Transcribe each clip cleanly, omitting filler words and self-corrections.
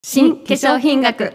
新化粧品学。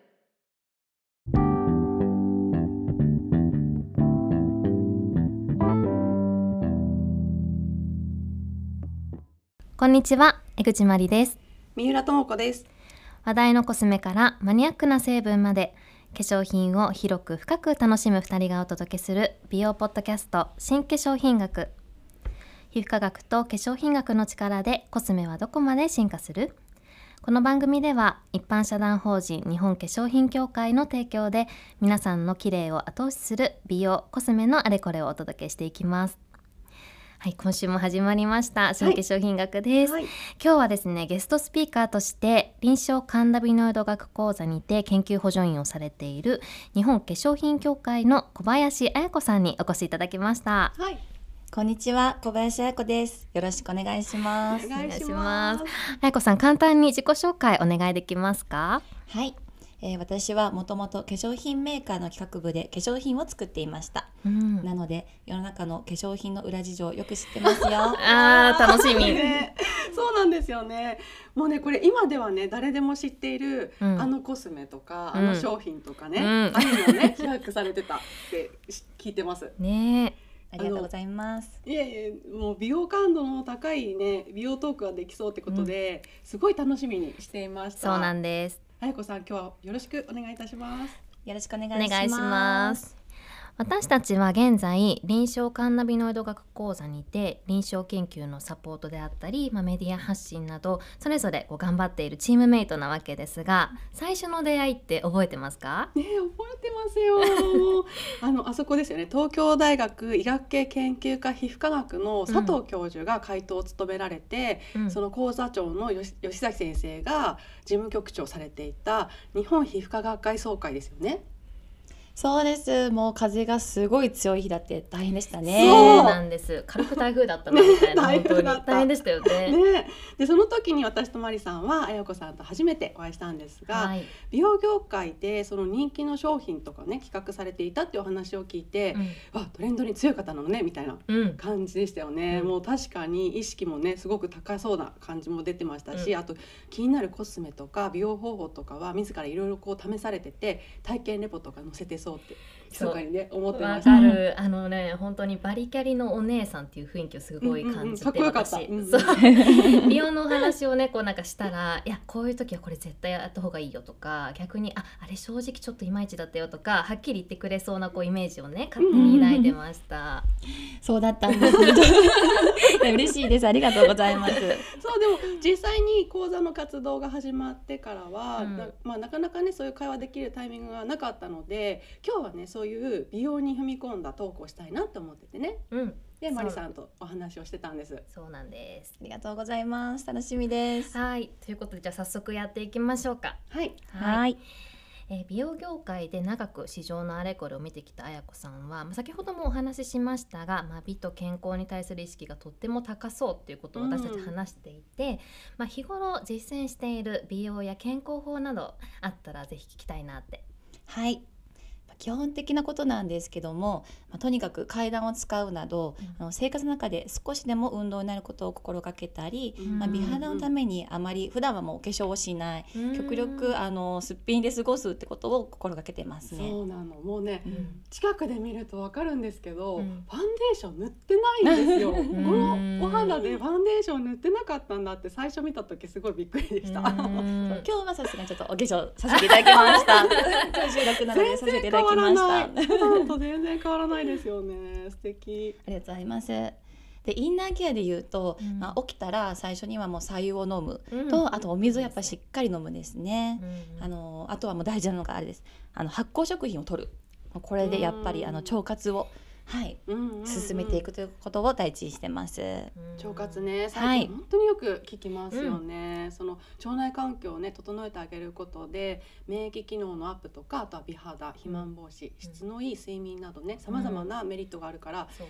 こんにちは、江口まりです。 三浦智子です。 話題のコスメからマニアックな成分まで、化粧品を広く深く楽しむ2人がお届けする美容ポッドキャスト、新化粧品学。皮膚科学と化粧品学の力でコスメはどこまで進化する？この番組では一般社団法人日本化粧品協会の提供で皆さんの綺麗を後押しする美容コスメのあれこれをお届けしていきます。はい、今週も始まりました新化粧品学です、 はい、 今日はですね、ゲストスピーカーとして臨床カンナビノイド学講座にて研究補助員をされている日本化粧品協会の小林彩子さんにお越しいただきました。 はい、 こんにちは、小林彩子です。よろしくお願いします。 お願いします。 彩子さん、簡単に自己紹介お願いできますか？ はい、私はもともと化粧品メーカーの企画部で化粧品を作っていました、なので世の中の化粧品の裏事情よく知ってますよ楽しみ、 ね、そうなんですよね。もうね、これ今ではね、誰でも知っている、あのコスメとか、あの商品とかね、ああいうのね、企画されてたって聞いてますね。 ありがとうございます。 いえいえ、もう美容感度の高いね、美容トークができそうってことで、すごい楽しみにしていました。 そうなんです。 彩子さん、今日はよろしくお願いいたします。 よろしくお願いします。 私たちは現在臨床カンナビノイド学講座にて臨床研究のサポートであったり、メディア発信などそれぞれ頑張っているチームメイトなわけですが、最初の出会いって覚えてますか？ ね、覚えてますよ。もうあそこですよね。東京大学医学系研究科皮膚科学の佐藤教授が会頭を務められて、その講座長の吉崎先生が事務局長されていた日本皮膚科学会総会ですよね。 そうです。もう風がすごい強い日だって大変でしたね。 そうなんです。軽く台風だったのみたいな、本当に大変でしたよね。 でその時に私とマリさんは彩子さんと初めてお会いしたんですが、美容業界でその人気の商品とかね、企画されていたっていうお話を聞いて、トレンドに強い方なのねみたいな感じでしたよね、もう確かに意識もね、すごく高そうな感じも出てましたし、あと気になるコスメとか美容方法とかは自らいろいろ試されてて、体験レポとか載せてそうって密かにね思ってました。 わかる。本当にバリキャリのお姉さんっていう雰囲気をすごい感じて、 かっこよかった。 美容のお話をねしたら、いやこういう時はこれ絶対やった方がいいよとか、逆にあれ正直ちょっといまいちだったよとか、はっきり言ってくれそうなイメージをね勝手に抱いてました、 そうだったんです嬉しいです。ありがとうございます。 そうでも実際に講座の活動が始まってからは、なかなかねそういう会話できるタイミングがなかったので、今日はねそういう美容に踏み込んだトークをしたいなと思っててね、でマリさんとお話をしてたんです。 そうなんです。 ありがとうございます。楽しみです。 はい、ということで、じゃあ早速やっていきましょうか。 はい。 美容業界で長く市場のあれこれを見てきた彩子さんは、先ほどもお話ししましたが、美と健康に対する意識がとっても高そうっていうことを私たち話していて、日頃実践している美容や健康法などあったらぜひ聞きたいなって。 はい、基本的なことなんですけども、とにかく階段を使うなど、生活の中で少しでも運動になることを心がけたり、美肌のためにあまり普段はもうお化粧をしない、極力すっぴんで過ごすってことを心がけてますね。 そうなの。もうね、近くで見るとわかるんですけど、ファンデーション塗ってないんですよ。このお肌でファンデーション塗ってなかったんだって最初見た時すごいびっくりでした。 今日はさすがにちょっとお化粧させていただきました今日収録なのでさせていただきました。 普段と全然変わらないですよね。素敵。 ありがとうございます。でインナーケアで言うと、起きたら最初にはもう白湯を飲むと、あとお水をやっぱりしっかり飲むですね、あとはもう大事なのがあれです。発酵食品を摂る。これでやっぱり腸活を進めていくということを第一にしてます。 腸活ね、最近本当によく聞きますよね、その腸内環境をね整えてあげることで免疫機能のアップとか、あとは美肌、肥満防止、質のいい睡眠などね、さまざまなメリットがあるから、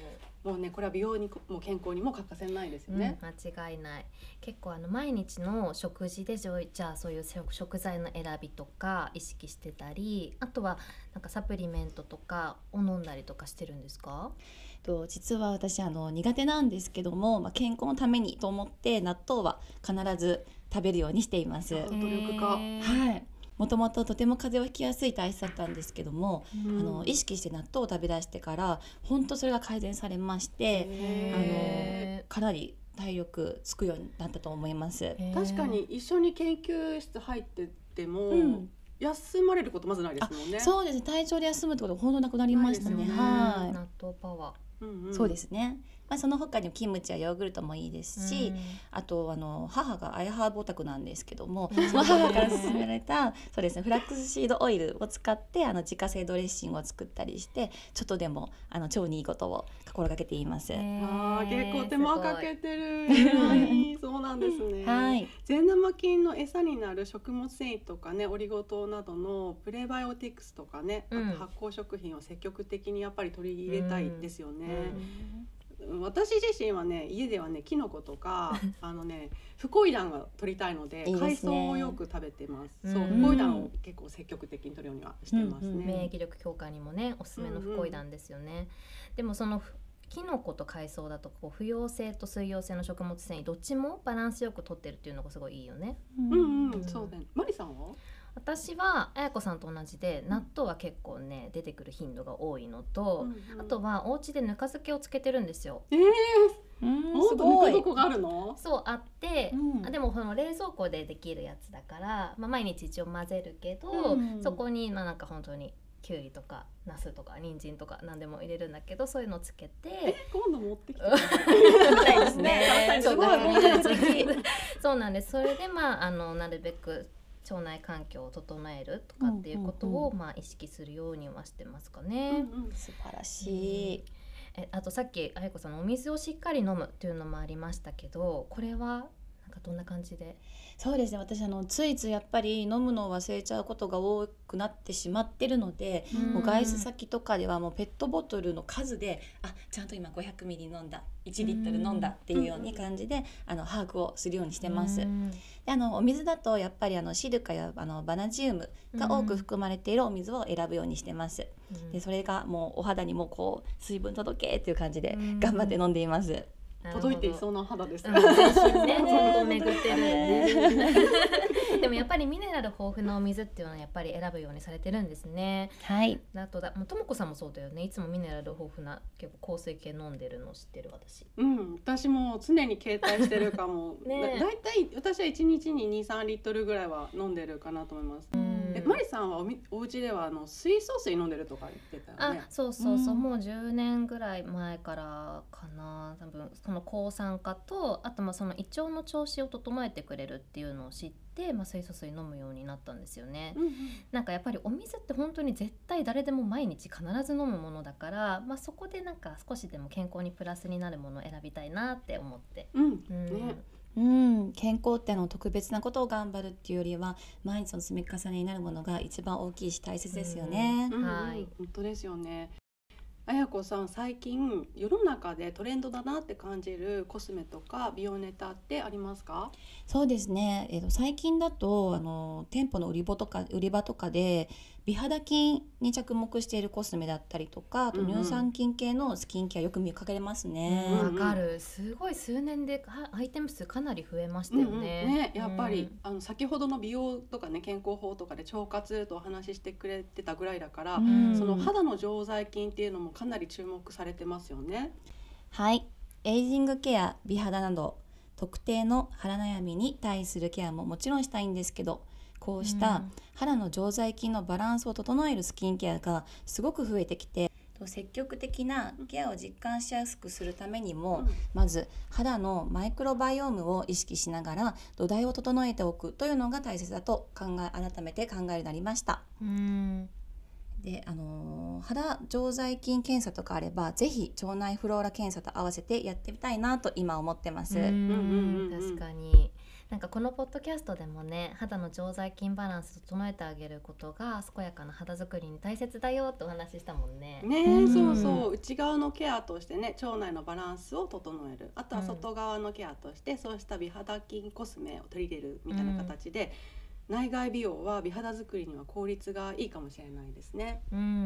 もうねこれは美容にも健康にも欠かせないですよね、 間違いない。結構毎日の食事でじゃあそういう食材の選びとか意識してたり、あとはなんかサプリメントとかを飲んだりとかしてるんですか？ 実は私苦手なんですけども、健康のためにと思って納豆は必ず食べるようにしています。 努力家。 はい。もともととても風邪をひきやすい体質だったんですけども、意識して納豆を食べ出してから本当それが改善されまして、かなり体力つくようになったと思います。 確かに一緒に研究室入ってても、休まれることまずないですもんね。 そうですね、体調で休むってことが本当なくなりましたね。 はい。納豆パワー。そうですね。その他にもキムチやヨーグルトもいいですし、あと母がアイハーブオタクなんですけども、その母から勧められたそうですね、フラックスシードオイルを使って自家製ドレッシングを作ったりして、ちょっとでも腸にいいことを心がけています。 結構手間かけてる。そうなんですね。 はい。 善玉菌の餌になる食物繊維とかね、オリゴ糖などのプレバイオティクスとかね、あと発酵食品を積極的にやっぱり取り入れたいですよね。私自身はね、家ではね、キノコとかフコイダンが取りたいので、海藻をよく食べてます。そう、フコイダンを結構積極的に取るようにはしてますね。 免疫力強化にもねおすすめのフコイダンですよね。でもそのキノコと海藻だと不溶性と水溶性の食物繊維どっちもバランスよく取ってるっていうのがすごいいいよね。 そうだね。マリさんは？ 私は彩子さんと同じで、納豆は結構ね出てくる頻度が多いのと、あとはお家でぬか漬けをつけてるんですよ。 すごい。どこがあるの？ そうあって、でもその冷蔵庫でできるやつだから、毎日一応混ぜるけど、そこになんか本当にきゅうりとかナスとか人参とか何でも入れるんだけど、そういうのつけて今度持ってきてないですね。 すごい本格的。 そうなんです。それでなるべく腸内環境を整えるとかっていうことを意識するようにはしてますかね。 素晴らしい。 あとさっき彩子さんのお水をしっかり飲むっていうのもありましたけど、これはなんかどんな感じで？ そうですね、私ついついやっぱり飲むのを忘れちゃうことが多くなってしまってるので、もう外出先とかではもうペットボトルの数でちゃんと今500ミリ飲んだ、1リットル飲んだっていうように感じで把握をするようにしてます。でお水だとやっぱりシリカやバナジウムが多く含まれているお水を選ぶようにしてます。でそれがもうお肌にも水分届けっていう感じで頑張って飲んでいます。 届いていそうな肌です。 全身ね、本当巡ってるね。でもやっぱりミネラル豊富なお水っていうのはやっぱり選ぶようにされてるんですね。 はい。 あとともこさんもそうだよね。いつもミネラル豊富な結構香水系飲んでるの知ってる私。 私も常に携帯してるかも。だいたい私は1日に 2,3 リットルぐらいは飲んでるかなと思います。マリさんはお家では水素水飲んでるとか言ってたよね。 そう、もう10年ぐらい前からかな。多分その抗酸化とあとその胃腸の調子を整えてくれるっていうのを知って、水素水飲むようになったんですよね。なんかやっぱりお水って本当に絶対誰でも毎日必ず飲むものだから、そこでなんか少しでも健康にプラスになるものを選びたいなって思って。 健康って特別なことを頑張るっていうよりは毎日の積み重ねになるものが一番大きいし大切ですよね。 はい、本当ですよね。彩子さん、最近世の中でトレンドだなって感じるコスメとか美容ネタってありますか？ そうですね、最近だと店舗の売り場とかで美肌菌に着目しているコスメだったりとか、あと乳酸菌系のスキンケアよく見かけますね。 わかる。すごい数年でアイテム数かなり増えましたよね。 やっぱり先ほどの美容とかね、健康法とかで腸活とお話ししてくれてたぐらいだから、その肌の常在菌っていうのもかなり注目されてますよね。 はい、エイジングケア、美肌など特定の肌悩みに対するケアももちろんしたいんですけど、こうした肌の常在菌のバランスを整えるスキンケアがすごく増えてきて、積極的なケアを実感しやすくするためにも、まず肌のマイクロバイオームを意識しながら土台を整えておくというのが大切だと改めて考えるようになりました。で肌常在菌検査とかあればぜひ腸内フローラ検査と合わせてやってみたいなと今思ってます。 確かになんかこのポッドキャストでもね、肌の常在菌バランスを整えてあげることが健やかな肌作りに大切だよってお話ししたもんね。 そうそう、内側のケアとしてね、腸内のバランスを整える、あとは外側のケアとして、そうした美肌菌コスメを取り入れるみたいな形で、内外美容は美肌作りには効率がいいかもしれないですね。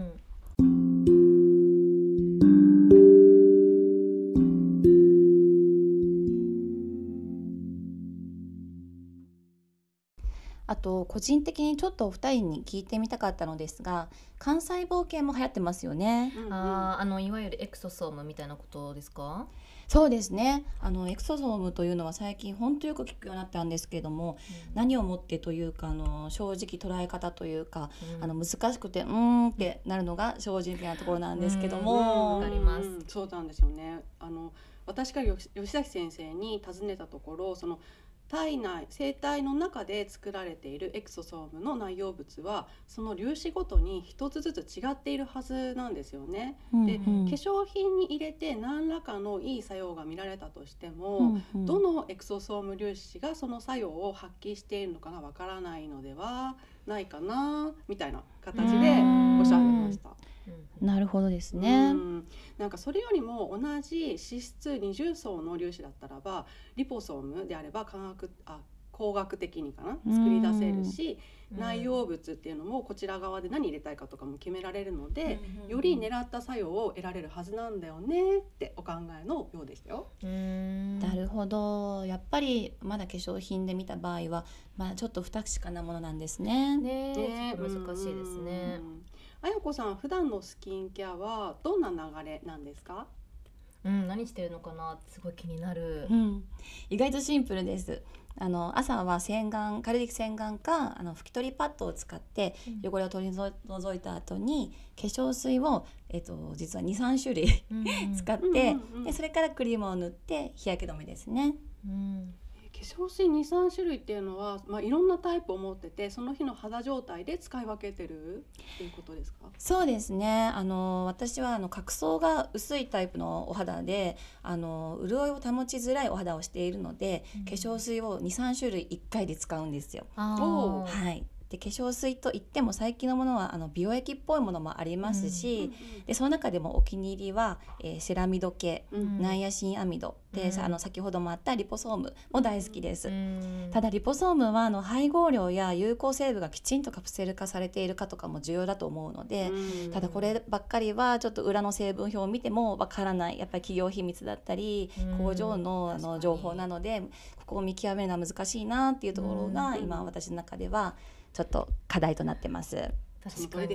あと個人的にちょっとお二人に聞いてみたかったのですが、幹細胞系も流行ってますよね。 いわゆるエクソソームみたいなことですか？ そうですね。エクソソームというのは最近本当よく聞くようになったんですけれども、何をもってというか正直捉え方というか、難しくてってなるのが正直なところなんですけども、 わかります。 そうなんですよね。私が吉崎先生に尋ねたところ、その体内生体の中で作られているエクソソームの内容物はその粒子ごとに一つずつ違っているはずなんですよね。で、化粧品に入れて何らかのいい作用が見られたとしても、どのエクソソーム粒子がその作用を発揮しているのかがわからないのではないかなみたいな形でおっしゃってました。 なるほどですね。 なんかそれよりも同じ脂質二重層の粒子だったらば、リポソームであれば工学的に作り出せるし、内容物っていうのもこちら側で何入れたいかとかも決められるので、より狙った作用を得られるはずなんだよねってお考えのようでしたよ。 なるほど。やっぱりまだ化粧品で見た場合は、ちょっと不確かなものなんですね。 ちょっと難しいですね。 あやこさん、普段のスキンケアはどんな流れなんですか？ 何してるのかなってすごい気になる。 意外とシンプルです。朝はカルディック洗顔か拭き取りパッドを使って汚れを取り除いた後に化粧水を、実は 2,3 種類使って、でそれからクリームを塗って日焼け止めですね。 化粧水 2,3 種類っていうのは、いろんなタイプを持ってて、その日の肌状態で使い分けてるっていうことですか？ そうですね。私は角層が薄いタイプのお肌で潤いを保ちづらいお肌をしているので、化粧水を 2,3 種類1回で使うんですよ。はい。で化粧水といっても最近のものは美容液っぽいものもありますし、でその中でもお気に入りは、セラミド系、ナイアシンアミドで、先ほどもあったリポソームも大好きです。ただリポソームは配合量や有効成分がきちんとカプセル化されているかとかも重要だと思うので、ただこればっかりはちょっと裏の成分表を見てもわからない、やっぱり企業秘密だったり工場の情報なので、ここを見極めるのは難しいなっていうところが今私の中ではちょっと課題となってます。 確かに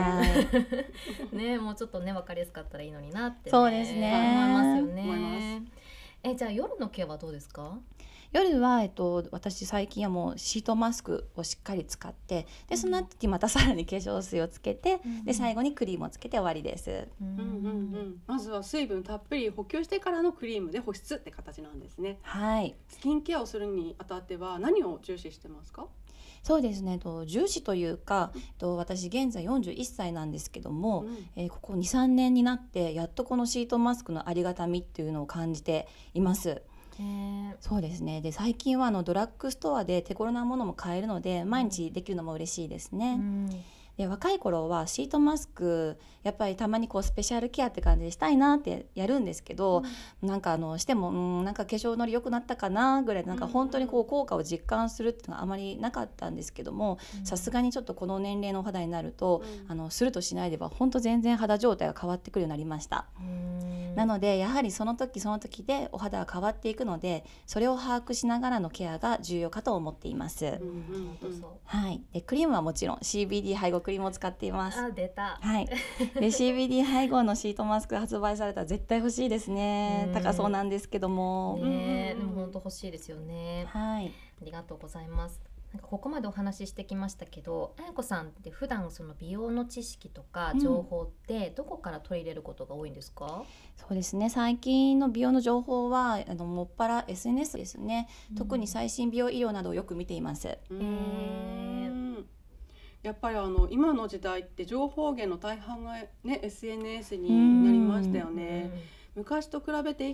ね、もうちょっとね分かりやすかったらいいのになって、 そうですね、 思いますよね。じゃあ夜のケアはどうですか？ 夜は、私最近はもうシートマスクをしっかり使って、でその後にまたさらに化粧水をつけて、で最後にクリームをつけて終わりです。 まずは水分たっぷり補給してからのクリームで保湿って形なんですね。 はい。 スキンケアをするにあたっては何を重視してますか？ そうですね、重視というか、私現在41歳なんですけども、ここ 2,3 年になってやっとこのシートマスクのありがたみっていうのを感じています。そうですね。で最近はドラッグストアで手頃なものも買えるので毎日できるのも嬉しいですね。で若い頃はシートマスクやっぱりたまにスペシャルケアって感じでしたいなってやるんですけど、なんかしてもなんか化粧のり良くなったかなぐらい、なんか本当に効果を実感するっていうのはあまりなかったんですけども、さすがにちょっとこの年齢のお肌になると、するとしないでは本当全然肌状態が変わってくるようになりました。なのでやはりその時その時でお肌は変わっていくので、それを把握しながらのケアが重要かと思っています。はい。でクリームはもちろん CBD 配合クリームを使っています。 出た。 はい。で CBD 配合のシートマスクが発売されたら絶対欲しいですね。高そうなんですけども。 でも本当欲しいですよね。 はい。 ありがとうございます。なんかここまでお話ししてきましたけど、あやこさんって普段その美容の知識とか情報ってどこから取り入れることが多いんですか？ そうですね、最近の美容の情報はもっぱら SNS ですね。特に最新美容医療などをよく見ています。 やっぱり今の時代って情報源の大半がね SNS になりましたよね。昔と比べて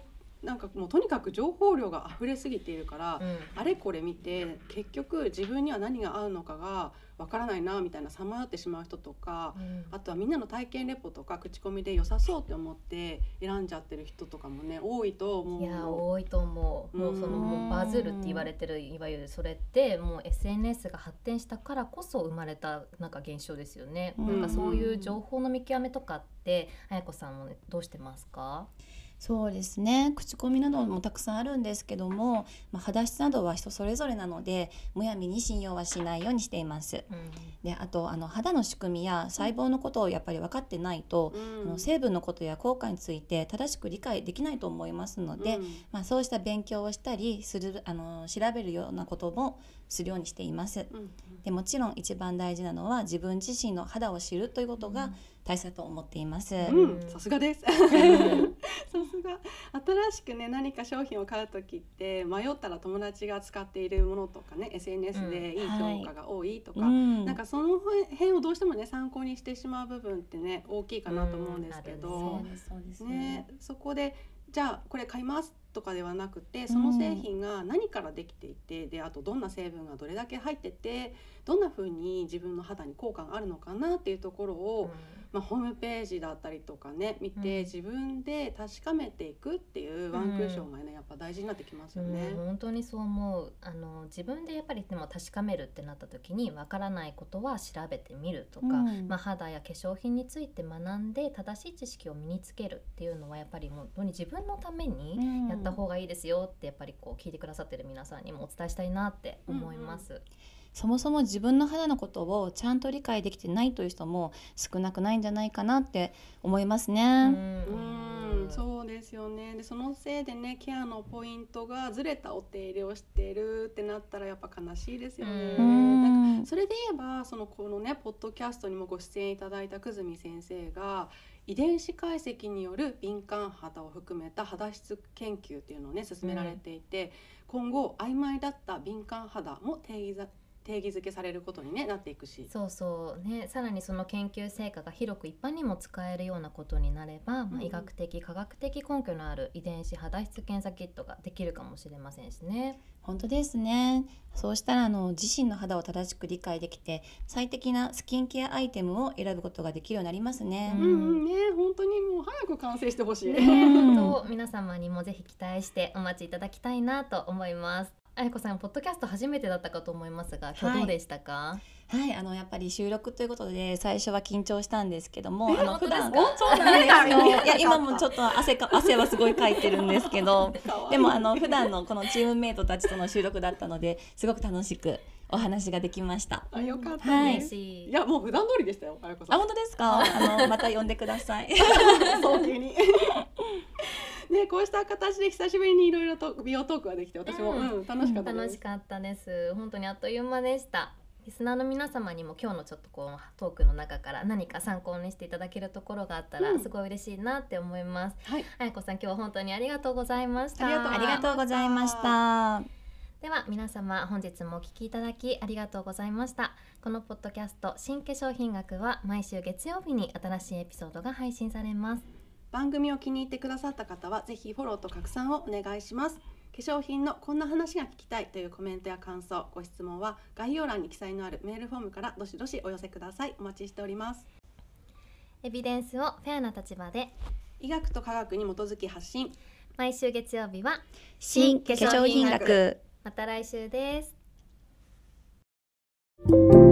なんかもうとにかく情報量が溢れすぎているから、あれこれ見て結局自分には何が合うのかがわからないなみたいなさまよってしまう人とか、あとはみんなの体験レポとか口コミで良さそうって思って選んじゃってる人とかもね多いと思う。 いや多いと思う。もうそのもうバズるって言われてる、いわゆるそれってもう SNS が発展したからこそ生まれたなんか現象ですよね。なんかそういう情報の見極めとかってあやこさんも、ね、どうしてますか？ そうですね、口コミなどもたくさんあるんですけども、肌質などは人それぞれなのでむやみに信用はしないようにしています。であと肌の仕組みや細胞のことをやっぱり分かってないと、成分のことや効果について正しく理解できないと思いますので、そうした勉強をしたりする調べるようなこともするようにしています。でもちろん一番大事なのは自分自身の肌を知るということが大切だと思っています。 さすがです。さすが。新しくね何か商品を買うときって迷ったら友達が使っているものとかね SNS でいい評価が多いとか、なんかその辺をどうしてもね参考にしてしまう部分ってね大きいかなと思うんですけど、そこでじゃあこれ買いますとかではなくて、その製品が何からできていて、であとどんな成分がどれだけ入っててどんな風に自分の肌に効果があるのかなっていうところを、ホームページだったりとかね見て、自分で確かめていくっていうワンクッションがねやっぱ大事になってきますよね。 本当にそう思う。自分でやっぱりでも確かめるってなった時にわからないことは調べてみるとか、肌や化粧品について学んで正しい知識を身につけるっていうのはやっぱり本当に自分のためにやった方がいいですよってやっぱりこう聞いてくださってる皆さんにもお伝えしたいなって思います。 そもそも自分の肌のことをちゃんと理解できてないという人も少なくないんじゃないかなって思いますね。 そうですよね。でそのせいでねケアのポイントがずれたお手入れをしてるってなったらやっぱ悲しいですよね。なんかそれで言えばこのねポッドキャストにもご出演いただいた久住先生が遺伝子解析による敏感肌を含めた肌質研究っていうのをね進められていて、今後曖昧だった敏感肌も定義づけされることに、なっていくし、 そうね、さらにその研究成果が広く一般にも使えるようなことになれば、医学的科学的根拠のある遺伝子肌質検査キットができるかもしれませんしね。 本当ですね。そうしたら自身の肌を正しく理解できて最適なスキンケアアイテムを選ぶことができるようになりますね。 本当にもう早く完成してほしい、 皆様にもぜひ期待してお待ちいただきたいなと思います。あやこさんポッドキャスト初めてだったかと思いますが今日どうでしたか？ やっぱり収録ということで最初は緊張したんですけども、 普段今もちょっと汗はすごいかいてるんですけどでも普段のこのチームメイトたちとの収録だったのですごく楽しくお話ができました。 よかったです。いやもう普段通りでしたよ、あやこさん。 本当ですか？また呼んでください。 早急にこうした形で久しぶりにいろいろと美容トークができて私も、楽しかったです。 楽しかったです。本当にあっという間でした。リスナーの皆様にも今日のちょっとこうトークの中から何か参考にしていただけるところがあったらすごい嬉しいなって思います。あやこさん今日は本当にありがとうございました。 ありがとうございました。 では皆様本日もお聞きいただきありがとうございました。このポッドキャスト新化粧品学は毎週月曜日に新しいエピソードが配信されます。 番組を気に入ってくださった方はぜひフォローと拡散をお願いします。化粧品のこんな話が聞きたいというコメントや感想、ご質問は概要欄に記載のあるメールフォームからどしどしお寄せください。お待ちしております。 エビデンスをフェアな立場で医学と科学に基づき発信。 毎週月曜日は新化粧品学。 また来週です。